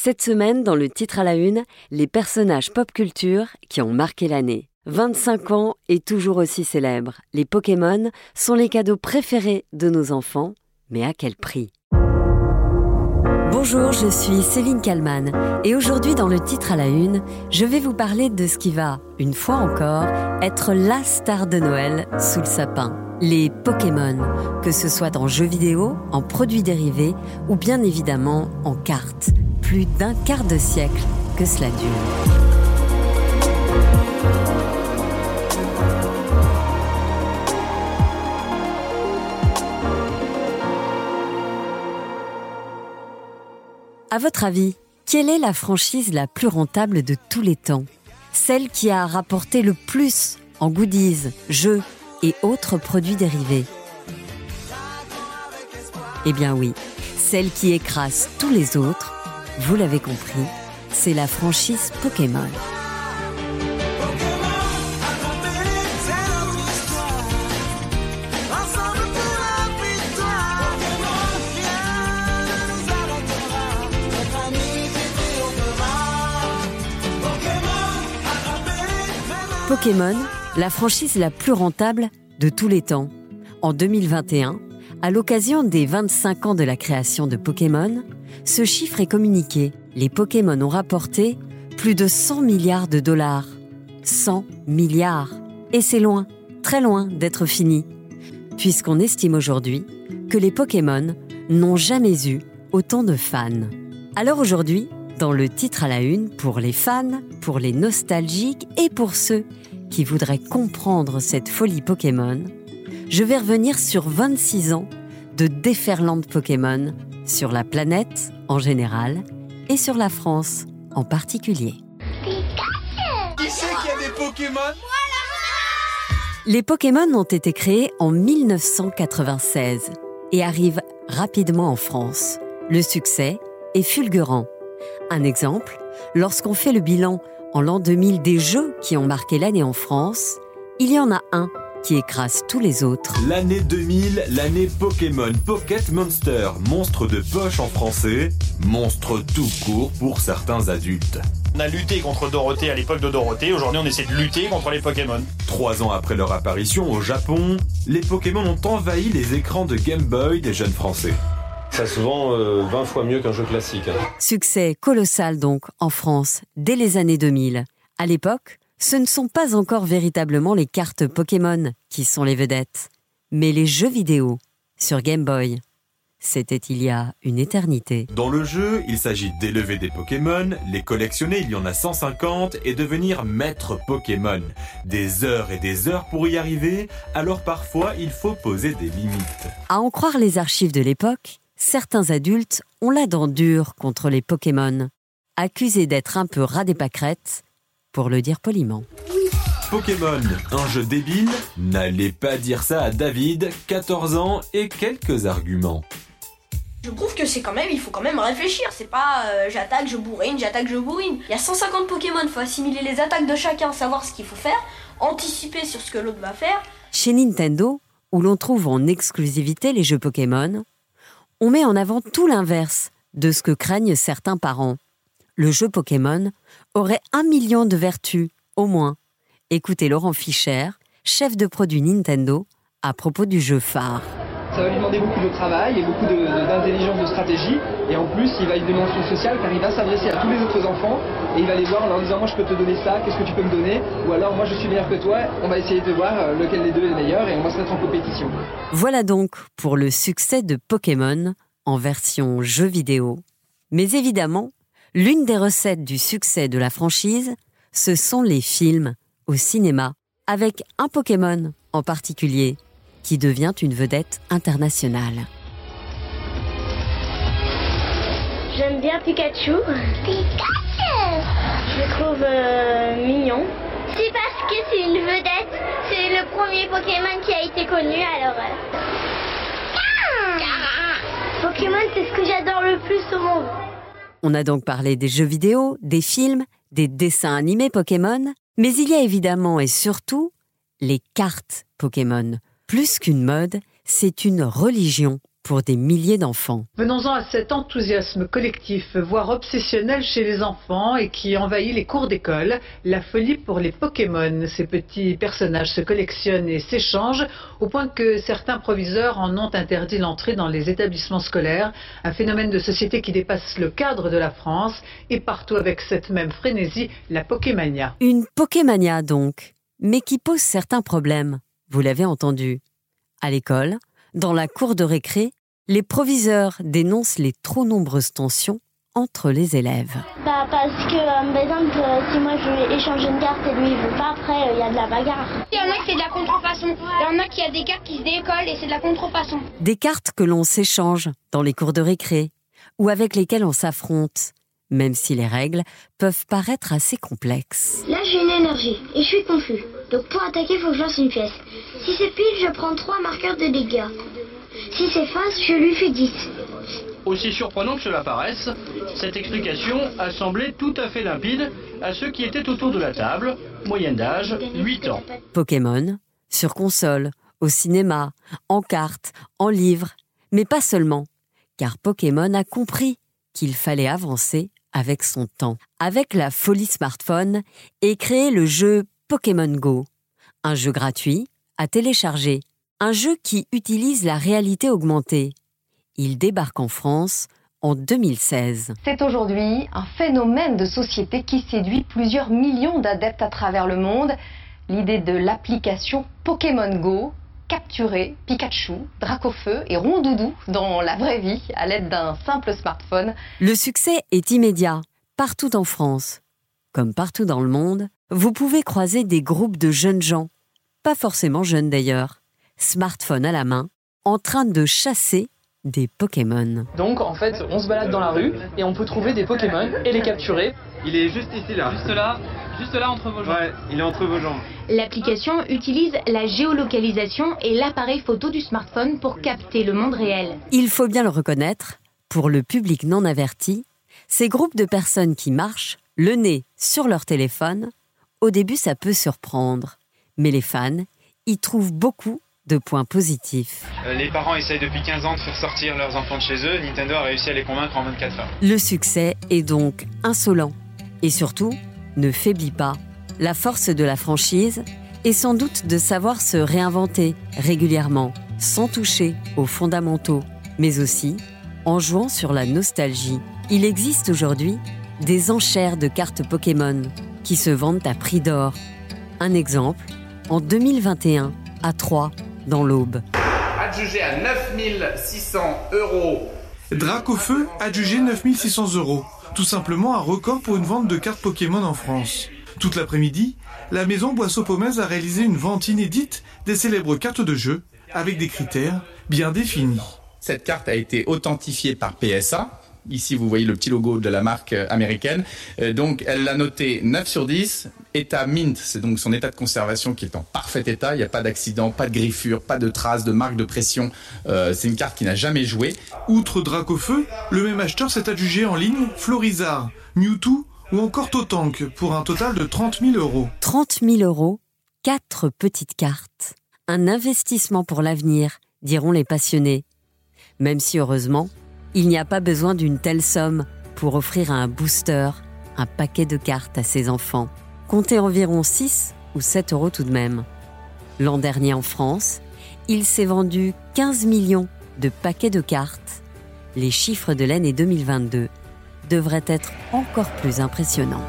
Cette semaine, dans le titre à la une, les personnages pop culture qui ont marqué l'année. 25 ans et toujours aussi célèbres, les Pokémon sont les cadeaux préférés de nos enfants, mais à quel prix ? Bonjour, je suis Céline Kallmann et aujourd'hui dans le titre à la une, je vais vous parler de ce qui va, une fois encore, être la star de Noël sous le sapin. Les Pokémon, que ce soit en jeux vidéo, en produits dérivés ou bien évidemment en cartes. Plus d'un quart de siècle que cela dure. À votre avis, quelle est la franchise la plus rentable de tous les temps ? Celle qui a rapporté le plus en goodies, jeux et autres produits dérivés ? Eh bien oui, celle qui écrase tous les autres, vous l'avez compris, c'est la franchise Pokémon. Pokémon, la franchise la plus rentable de tous les temps. En 2021, à l'occasion des 25 ans de la création de Pokémon, ce chiffre est communiqué. Les Pokémon ont rapporté plus de 100 milliards de dollars. 100 milliards. Et c'est loin, très loin d'être fini. Puisqu'on estime aujourd'hui que les Pokémon n'ont jamais eu autant de fans. Alors aujourd'hui, dans le titre à la une, pour les fans, pour les nostalgiques et pour ceux qui voudraient comprendre cette folie Pokémon, je vais revenir sur 26 ans de déferlante Pokémon sur la planète en général et sur la France en particulier. Qui c'est qui a des Pokémon ? Les Pokémon ont été créés en 1996 et arrivent rapidement en France. Le succès est fulgurant. Un exemple, lorsqu'on fait le bilan en l'an 2000 des jeux qui ont marqué l'année en France, il y en a un qui écrase tous les autres. L'année 2000, l'année Pokémon Pocket Monster, monstre de poche en français, monstre tout court pour certains adultes. On a lutté contre Dorothée à l'époque de Dorothée, aujourd'hui on essaie de lutter contre les Pokémon. 3 ans après leur apparition au Japon, les Pokémon ont envahi les écrans de Game Boy des jeunes Français. Ça se vend 20 fois mieux qu'un jeu classique. Succès colossal donc en France dès les années 2000. À l'époque, ce ne sont pas encore véritablement les cartes Pokémon qui sont les vedettes, mais les jeux vidéo sur Game Boy. C'était il y a une éternité. Dans le jeu, il s'agit d'élever des Pokémon, les collectionner, il y en a 150, et devenir maître Pokémon. Des heures et des heures pour y arriver, alors parfois il faut poser des limites. À en croire les archives de l'époque, certains adultes ont la dent dure contre les Pokémon, accusés d'être un peu ras des pâquerettes, pour le dire poliment. Pokémon, un jeu débile ? N'allez pas dire ça à David, 14 ans et quelques arguments. Je trouve que il faut quand même réfléchir, c'est pas j'attaque, je bourrine. Il y a 150 Pokémon, faut assimiler les attaques de chacun, savoir ce qu'il faut faire, anticiper sur ce que l'autre va faire. Chez Nintendo, où l'on trouve en exclusivité les jeux Pokémon, on met en avant tout l'inverse de ce que craignent certains parents. Le jeu Pokémon aurait 1 million de vertus, au moins. Écoutez Laurent Fischer, chef de produit Nintendo, à propos du jeu phare. Ça va lui demander beaucoup de travail et beaucoup d'intelligence de stratégie. Et en plus, il va avoir une dimension sociale car il va s'adresser à tous les autres enfants et il va les voir en leur disant « Moi, je peux te donner ça, qu'est-ce que tu peux me donner ?» Ou alors « Moi, je suis meilleur que toi, on va essayer de voir lequel des deux est le meilleur et on va se mettre en compétition. » Voilà donc pour le succès de Pokémon en version jeu vidéo. Mais évidemment, l'une des recettes du succès de la franchise, ce sont les films au cinéma, avec un Pokémon en particulier, qui devient une vedette internationale. J'aime bien Pikachu. Pikachu! Je le trouve mignon. C'est parce que c'est une vedette. C'est le premier Pokémon qui a été connu, alors... Pokémon, c'est ce que j'adore le plus au monde. On a donc parlé des jeux vidéo, des films, des dessins animés Pokémon, mais il y a évidemment et surtout les cartes Pokémon. Plus qu'une mode, c'est une religion pour des milliers d'enfants. Venons-en à cet enthousiasme collectif, voire obsessionnel chez les enfants et qui envahit les cours d'école. La folie pour les Pokémon. Ces petits personnages se collectionnent et s'échangent au point que certains proviseurs en ont interdit l'entrée dans les établissements scolaires. Un phénomène de société qui dépasse le cadre de la France et partout avec cette même frénésie, la Pokémania. Une Pokémania donc, mais qui pose certains problèmes. Vous l'avez entendu. À l'école, dans la cour de récré, les proviseurs dénoncent les trop nombreuses tensions entre les élèves. Parce que, par exemple, si moi je vais échanger une carte et lui il veut pas, après il y a de la bagarre. Il y en a qui c'est de la contrefaçon, il y en a qui a des cartes qui se décollent et c'est de la contrefaçon. Des cartes que l'on s'échange dans les cours de récré ou avec lesquelles on s'affronte, même si les règles peuvent paraître assez complexes. Là j'ai une énergie et je suis confus. Donc pour attaquer, il faut que je lance une pièce. Si c'est pile, je prends 3 marqueurs de dégâts. Si c'est face, je lui fais 10. Aussi surprenant que cela paraisse, cette explication a semblé tout à fait limpide à ceux qui étaient autour de la table, moyenne d'âge 8 ans. Pokémon, sur console, au cinéma, en cartes, en livres, mais pas seulement, car Pokémon a compris qu'il fallait avancer avec son temps. Avec la folie smartphone est créé le jeu Pokémon Go, un jeu gratuit à télécharger, un jeu qui utilise la réalité augmentée. Il débarque en France en 2016. C'est aujourd'hui un phénomène de société qui séduit plusieurs millions d'adeptes à travers le monde. L'idée de l'application Pokémon Go, capturer Pikachu, Dracofeu et Rondoudou dans la vraie vie à l'aide d'un simple smartphone. Le succès est immédiat, partout en France. Comme partout dans le monde, vous pouvez croiser des groupes de jeunes gens, pas forcément jeunes d'ailleurs, smartphone à la main, en train de chasser des Pokémon. Donc en fait, on se balade dans la rue et on peut trouver des Pokémon et les capturer. Il est juste ici là. Juste là entre vos jambes. Ouais, il est entre vos jambes. L'application utilise la géolocalisation et l'appareil photo du smartphone pour capter le monde réel. Il faut bien le reconnaître, pour le public non averti, ces groupes de personnes qui marchent, le nez sur leur téléphone, au début ça peut surprendre. Mais les fans y trouvent beaucoup de points positifs. Les parents essayent depuis 15 ans de faire sortir leurs enfants de chez eux. Nintendo a réussi à les convaincre en 24 heures. Le succès est donc insolent. Et surtout, ne faiblit pas. La force de la franchise est sans doute de savoir se réinventer régulièrement, sans toucher aux fondamentaux, mais aussi en jouant sur la nostalgie. Il existe aujourd'hui des enchères de cartes Pokémon qui se vendent à prix d'or. Un exemple, en 2021, à Troyes, dans l'Aube. Adjugé à 9 600 €. Dracofeu adjugé 9 600 €. Tout simplement un record pour une vente de cartes Pokémon en France. Toute l'après-midi, la maison Boisseau-Pomez a réalisé une vente inédite des célèbres cartes de jeu avec des critères bien définis. Cette carte a été authentifiée par PSA. Ici, vous voyez le petit logo de la marque américaine. Donc, elle l'a noté 9 sur 10. État mint, c'est donc son état de conservation qui est en parfait état. Il n'y a pas d'accident, pas de griffure, pas de traces, de marque de pression. C'est une carte qui n'a jamais joué. Outre Dracofeu, le même acheteur s'est adjugé en ligne Florizard, Mewtwo ou encore Totank pour un total de 30 000 €. 30 000 €, 4 petites cartes. Un investissement pour l'avenir, diront les passionnés. Même si heureusement, il n'y a pas besoin d'une telle somme pour offrir un booster, un paquet de cartes à ses enfants. Comptez environ 6 ou 7 € tout de même. L'an dernier en France, il s'est vendu 15 millions de paquets de cartes. Les chiffres de l'année 2022 devraient être encore plus impressionnants.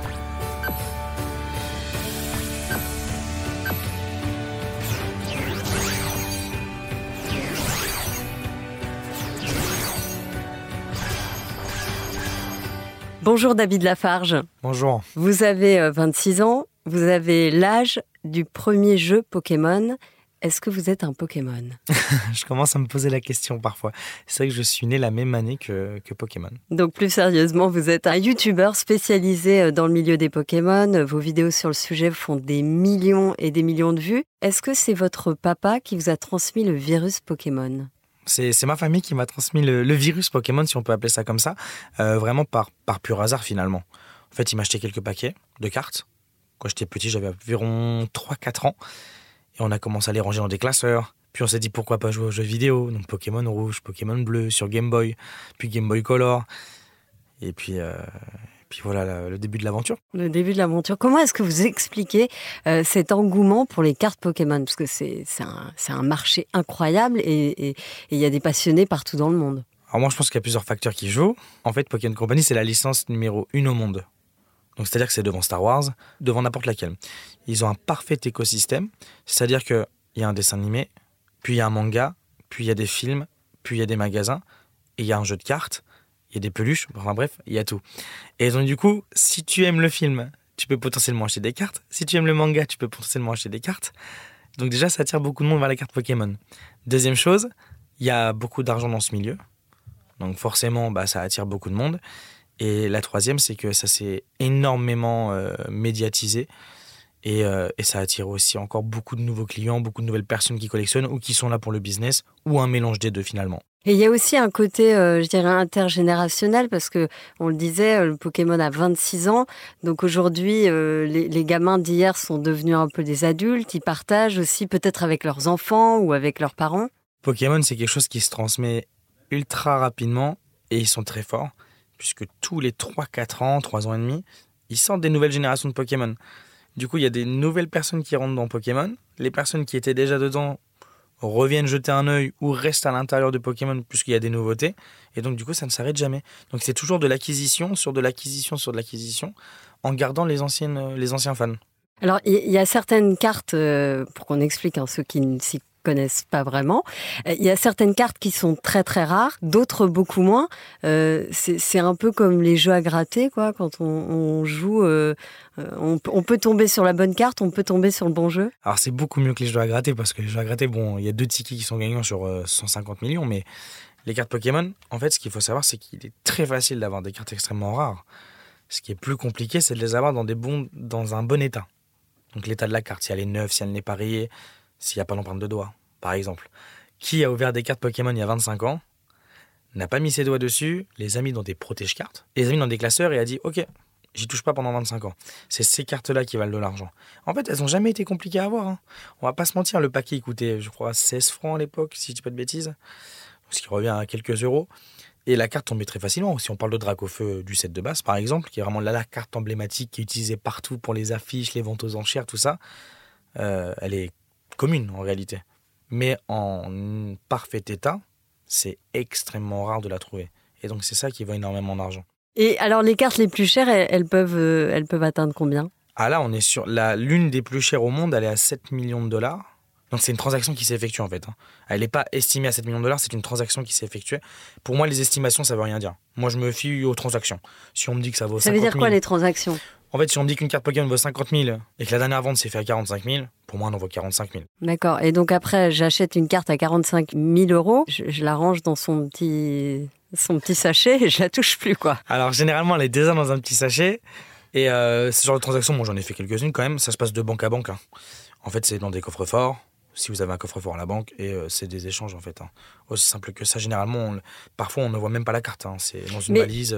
Bonjour David Lafarge. Bonjour. Vous avez 26 ans, vous avez l'âge du premier jeu Pokémon. Est-ce que vous êtes un Pokémon ? Je commence à me poser la question parfois. C'est vrai que je suis né la même année que Pokémon. Donc plus sérieusement, vous êtes un YouTuber spécialisé dans le milieu des Pokémon. Vos vidéos sur le sujet font des millions et des millions de vues. Est-ce que c'est votre papa qui vous a transmis le virus Pokémon ? C'est ma famille qui m'a transmis le virus Pokémon, si on peut appeler ça comme ça, vraiment par pur hasard finalement. En fait, il m'a acheté quelques paquets de cartes. Quand j'étais petit, j'avais environ 3-4 ans. Et on a commencé à les ranger dans des classeurs. Puis on s'est dit pourquoi pas jouer aux jeux vidéo, donc Pokémon rouge, Pokémon bleu sur Game Boy, puis Game Boy Color. Et puis voilà le début de l'aventure. Le début de l'aventure. Comment est-ce que vous expliquez cet engouement pour les cartes Pokémon? Parce que c'est un marché incroyable et il y a des passionnés partout dans le monde. Alors moi je pense qu'il y a plusieurs facteurs qui jouent. En fait, Pokémon Company, c'est la licence numéro 1 au monde. Donc c'est-à-dire que c'est devant Star Wars, devant n'importe laquelle. Ils ont un parfait écosystème, c'est-à-dire qu'il y a un dessin animé, puis il y a un manga, puis il y a des films, puis il y a des magasins, et il y a un jeu de cartes, il y a des peluches, enfin bref, il y a tout. Et donc du coup, si tu aimes le film, tu peux potentiellement acheter des cartes. Si tu aimes le manga, tu peux potentiellement acheter des cartes. Donc déjà, ça attire beaucoup de monde vers les cartes Pokémon. Deuxième chose, il y a beaucoup d'argent dans ce milieu. Donc forcément, ça attire beaucoup de monde. Et la troisième, c'est que ça s'est énormément médiatisé. Et ça attire aussi encore beaucoup de nouveaux clients, beaucoup de nouvelles personnes qui collectionnent ou qui sont là pour le business, ou un mélange des deux finalement. Et il y a aussi un côté, je dirais, intergénérationnel, parce que on le disait, le Pokémon a 26 ans. Donc aujourd'hui, les gamins d'hier sont devenus un peu des adultes. Ils partagent aussi peut-être avec leurs enfants ou avec leurs parents. Pokémon, c'est quelque chose qui se transmet ultra rapidement et ils sont très forts, puisque tous les 3-4 ans, 3 ans et demi, ils sortent des nouvelles générations de Pokémon. Du coup, il y a des nouvelles personnes qui rentrent dans Pokémon. Les personnes qui étaient déjà dedans reviennent jeter un œil ou restent à l'intérieur de Pokémon puisqu'il y a des nouveautés. Et donc, du coup, ça ne s'arrête jamais. Donc, c'est toujours de l'acquisition sur de l'acquisition sur de l'acquisition en gardant les anciens fans. Alors, il y a certaines cartes, pour qu'on explique ceux qui ne s'y connaissent pas vraiment, il y a certaines cartes qui sont très très rares, d'autres beaucoup moins. C'est un peu comme les jeux à gratter, quoi. Quand on joue, on peut tomber sur la bonne carte, on peut tomber sur le bon jeu. Alors c'est beaucoup mieux que les jeux à gratter, parce que les jeux à gratter, il y a 2 tickets qui sont gagnants sur 150 millions, mais les cartes Pokémon, en fait, ce qu'il faut savoir, c'est qu'il est très facile d'avoir des cartes extrêmement rares. Ce qui est plus compliqué, c'est de les avoir dans un bon état. Donc l'état de la carte, si elle est neuve, si elle n'est pas rayée, s'il n'y a pas d'empreinte de doigt, par exemple. Qui a ouvert des cartes Pokémon il y a 25 ans, n'a pas mis ses doigts dessus, les a mis dans des protège-cartes, les a mis dans des classeurs et a dit « Ok, j'y touche pas pendant 25 ans. » C'est ces cartes-là qui valent de l'argent. En fait, elles n'ont jamais été compliquées à avoir. On va pas se mentir, le paquet coûtait, je crois, 16 francs à l'époque, si je dis pas de bêtises. Ce qui revient à quelques euros. Et la carte tombait très facilement. Si on parle de Dracofeu du set de base, par exemple, qui est vraiment la carte emblématique qui est utilisée partout pour les affiches, les ventes aux enchères, tout ça, elle est commune en réalité. Mais en parfait état, c'est extrêmement rare de la trouver. Et donc c'est ça qui vaut énormément d'argent. Et alors les cartes les plus chères, elles peuvent atteindre combien? Ah là, on est sur l'une des plus chères au monde, elle est à 7 millions de dollars. Donc c'est une transaction qui s'est effectuée en fait. Elle n'est pas estimée à 7 millions de dollars, c'est une transaction qui s'est effectuée. Pour moi, les estimations, ça ne veut rien dire. Moi, je me fie aux transactions. Si on me dit que ça vaut 50 000... Ça veut dire quoi les transactions? En fait, si on me dit qu'une carte Pokémon vaut 50 000 et que la dernière vente s'est faite à 45 000, pour moi, on en vaut 45 000. D'accord. Et donc après, j'achète une carte à 45 000 euros, je la range dans son petit sachet et je la touche plus, quoi. Alors généralement, elle est déjà dans un petit sachet. Et ce genre de transaction, moi j'en ai fait quelques-unes quand même. Ça se passe de banque à banque. En fait, c'est dans des coffres forts. Si vous avez un coffre-fort à la banque, et c'est des échanges en fait. Aussi simple que ça. Généralement, parfois on ne voit même pas la carte. C'est dans une valise.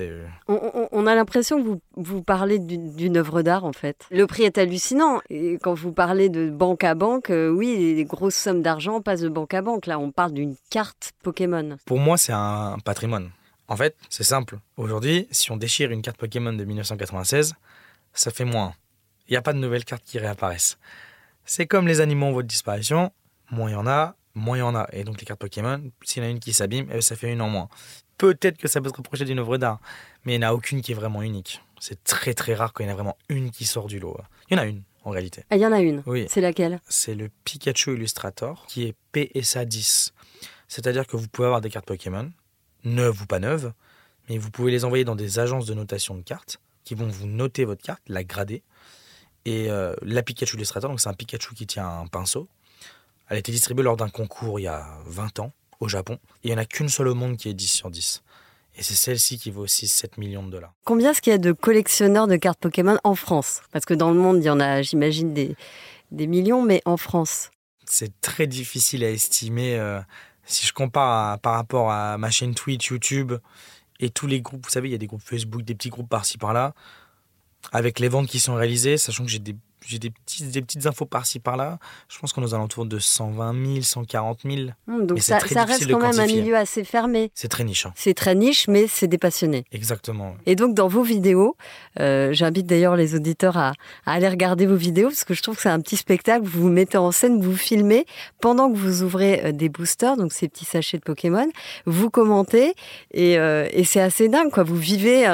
On a l'impression que vous parlez d'une œuvre d'art en fait. Le prix est hallucinant. Et quand vous parlez de banque à banque, oui, les grosses sommes d'argent passent de banque à banque. Là, on parle d'une carte Pokémon. Pour moi, c'est un patrimoine. En fait, c'est simple. Aujourd'hui, si on déchire une carte Pokémon de 1996, ça fait moins. Il n'y a pas de nouvelles cartes qui réapparaissent. C'est comme les animaux en voie de disparition, moins il y en a, moins il y en a. Et donc les cartes Pokémon, s'il y en a une qui s'abîme, ça fait une en moins. Peut-être que ça peut se rapprocher d'une œuvre d'art, mais il n'y en a aucune qui est vraiment unique. C'est très très rare quand il y en a vraiment une qui sort du lot. Il y en a une, en réalité. Ah, il y en a une? Oui. C'est laquelle? C'est le Pikachu Illustrator, qui est PSA 10. C'est-à-dire que vous pouvez avoir des cartes Pokémon, neuves ou pas neuves, mais vous pouvez les envoyer dans des agences de notation de cartes, qui vont vous noter votre carte, la grader. Et la Pikachu Illustrator, donc c'est un Pikachu qui tient un pinceau. Elle a été distribuée lors d'un concours il y a 20 ans au Japon. Et il n'y en a qu'une seule au monde qui est 10 sur 10. Et c'est celle-ci qui vaut aussi 7 millions de dollars. Combien est-ce qu'il y a de collectionneurs de cartes Pokémon en France? Parce que dans le monde, il y en a, j'imagine, des millions, mais en France? C'est très difficile à estimer. Si je compare par rapport à ma chaîne Twitch, YouTube et tous les groupes, vous savez, il y a des groupes Facebook, des petits groupes par-ci par-là. Avec les ventes qui sont réalisées, sachant que j'ai j'ai des petites infos par-ci par-là. Je pense qu'on est aux alentours de 120 000, 140 000. Donc ça reste quand même un milieu assez fermé. C'est très niche. C'est très niche, mais c'est des passionnés. Exactement. Et donc dans vos vidéos, j'invite d'ailleurs les auditeurs à aller regarder vos vidéos parce que je trouve que c'est un petit spectacle. Vous vous mettez en scène, vous filmez pendant que vous ouvrez des boosters, donc ces petits sachets de Pokémon. Vous commentez et c'est assez dingue, quoi. Vous vivez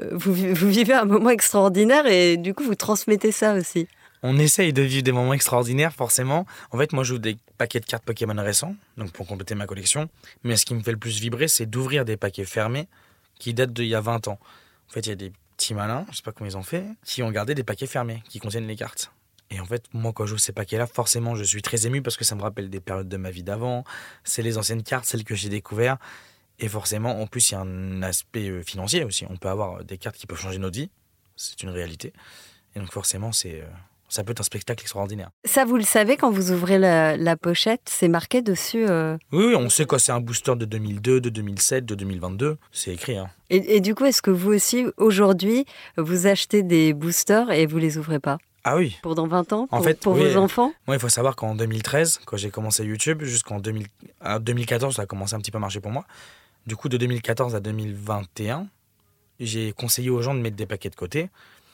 un moment extraordinaire et du coup vous transmettez ça aussi. On essaye de vivre des moments extraordinaires, forcément. En fait, moi, j'ouvre des paquets de cartes Pokémon récents, donc pour compléter ma collection. Mais ce qui me fait le plus vibrer, c'est d'ouvrir des paquets fermés qui datent d'il y a 20 ans. En fait, il y a des petits malins, je sais pas comment ils ont fait, qui ont gardé des paquets fermés, qui contiennent les cartes. Et en fait, moi, quand j'ouvre ces paquets-là, forcément, je suis très ému parce que ça me rappelle des périodes de ma vie d'avant. C'est les anciennes cartes, celles que j'ai découvertes. Et forcément, en plus, il y a un aspect financier aussi. On peut avoir des cartes qui peuvent changer notre vie. C'est une réalité. Et donc, forcément, ça peut être un spectacle extraordinaire. Ça, vous le savez, quand vous ouvrez la pochette, c'est marqué dessus Oui, on sait quoi, c'est un booster de 2002, de 2007, de 2022. C'est écrit. Hein. Et du coup, est-ce que vous aussi, aujourd'hui, vous achetez des boosters et vous les ouvrez pas ? Ah oui. Pour dans 20 ans, pour oui, vos enfants ? Moi, il faut savoir qu'en 2013, quand j'ai commencé YouTube, jusqu'en 2014, ça a commencé un petit peu à marcher pour moi. Du coup, de 2014 à 2021, j'ai conseillé aux gens de mettre des paquets de côté.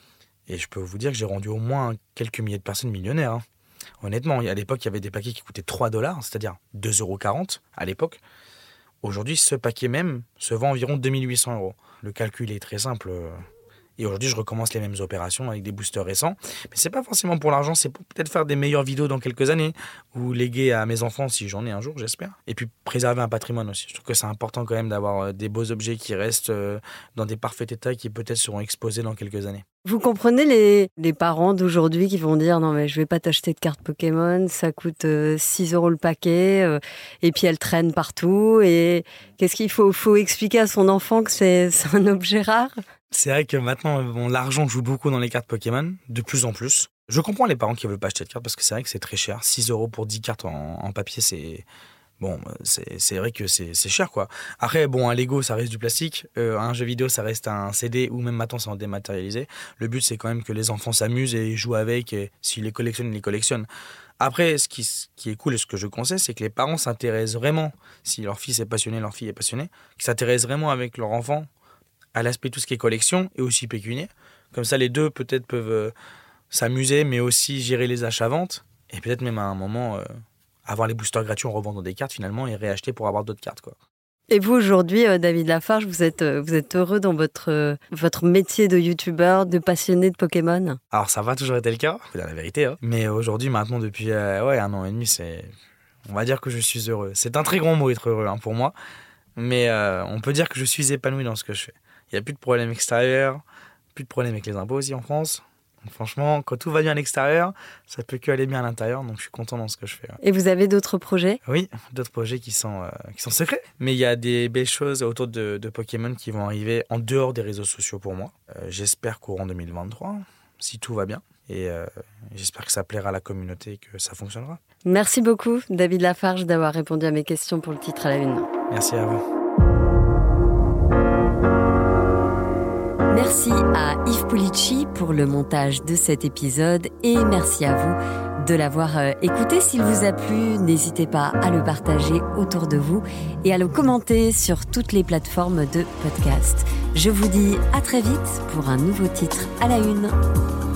Et je peux vous dire que j'ai rendu au moins quelques milliers de personnes millionnaires. Hein. Honnêtement, à l'époque, il y avait des paquets qui coûtaient 3 $, c'est-à-dire 2,40 € à l'époque. Aujourd'hui, ce paquet même se vend environ 2800 €. Le calcul est très simple. Et aujourd'hui, je recommence les mêmes opérations avec des boosters récents. Mais c'est pas forcément pour l'argent, c'est pour peut-être faire des meilleures vidéos dans quelques années ou léguer à mes enfants si j'en ai un jour, j'espère. Et puis préserver un patrimoine aussi. Je trouve que c'est important quand même d'avoir des beaux objets qui restent dans des parfaits états et qui peut-être seront exposés dans quelques années. Vous comprenez les parents d'aujourd'hui qui vont dire non mais je vais pas t'acheter de cartes Pokémon, ça coûte 6 € le paquet et puis elles traînent partout et qu'est-ce qu'il faut expliquer à son enfant que c'est un objet rare? C'est vrai que maintenant l'argent joue beaucoup dans les cartes Pokémon, de plus en plus. Je comprends les parents qui veulent pas acheter de cartes parce que c'est vrai que c'est très cher. 6 € pour 10 cartes en papier, c'est... Bon, c'est vrai que c'est cher, quoi. Après, bon, un Lego, ça reste du plastique. Un jeu vidéo, ça reste un CD ou même maintenant, c'est en dématérialisé. Le but, c'est quand même que les enfants s'amusent et jouent avec. Et s'ils les collectionnent, ils les collectionnent. Après, ce qui est cool et ce que je conseille, c'est que les parents s'intéressent vraiment, si leur fils est passionné, leur fille est passionnée, qu'ils s'intéressent vraiment avec leur enfant à l'aspect tout ce qui est collection et aussi pécunier. Comme ça, les deux, peut-être, peuvent s'amuser, mais aussi gérer les achats-ventes. Et peut-être même à un moment... avoir les boosters gratuits en revendant des cartes finalement et réacheter pour avoir d'autres cartes, quoi. Et vous aujourd'hui, David Lafarge, vous êtes heureux dans votre métier de youtubeur, de passionné de Pokémon? Alors ça va toujours été le cas, faut dire la vérité. Hein. Mais aujourd'hui, maintenant depuis 1 an et demi, on va dire que je suis heureux. C'est un très grand mot être heureux pour moi, mais on peut dire que je suis épanoui dans ce que je fais. Il n'y a plus de problème extérieur, plus de problème avec les impôts aussi en France. Donc franchement, quand tout va bien à l'extérieur, ça peut que aller bien à l'intérieur, donc je suis content dans ce que je fais. Ouais. Et vous avez d'autres projets ? Oui, d'autres projets qui sont secrets. Mais il y a des belles choses autour de Pokémon qui vont arriver en dehors des réseaux sociaux pour moi. J'espère courant 2023, si tout va bien. Et j'espère que ça plaira à la communauté et que ça fonctionnera. Merci beaucoup, David Lafarge, d'avoir répondu à mes questions pour le titre à la une. Merci à vous. Merci à Yves Pulici pour le montage de cet épisode et merci à vous de l'avoir écouté. S'il vous a plu, n'hésitez pas à le partager autour de vous et à le commenter sur toutes les plateformes de podcast. Je vous dis à très vite pour un nouveau titre à la une.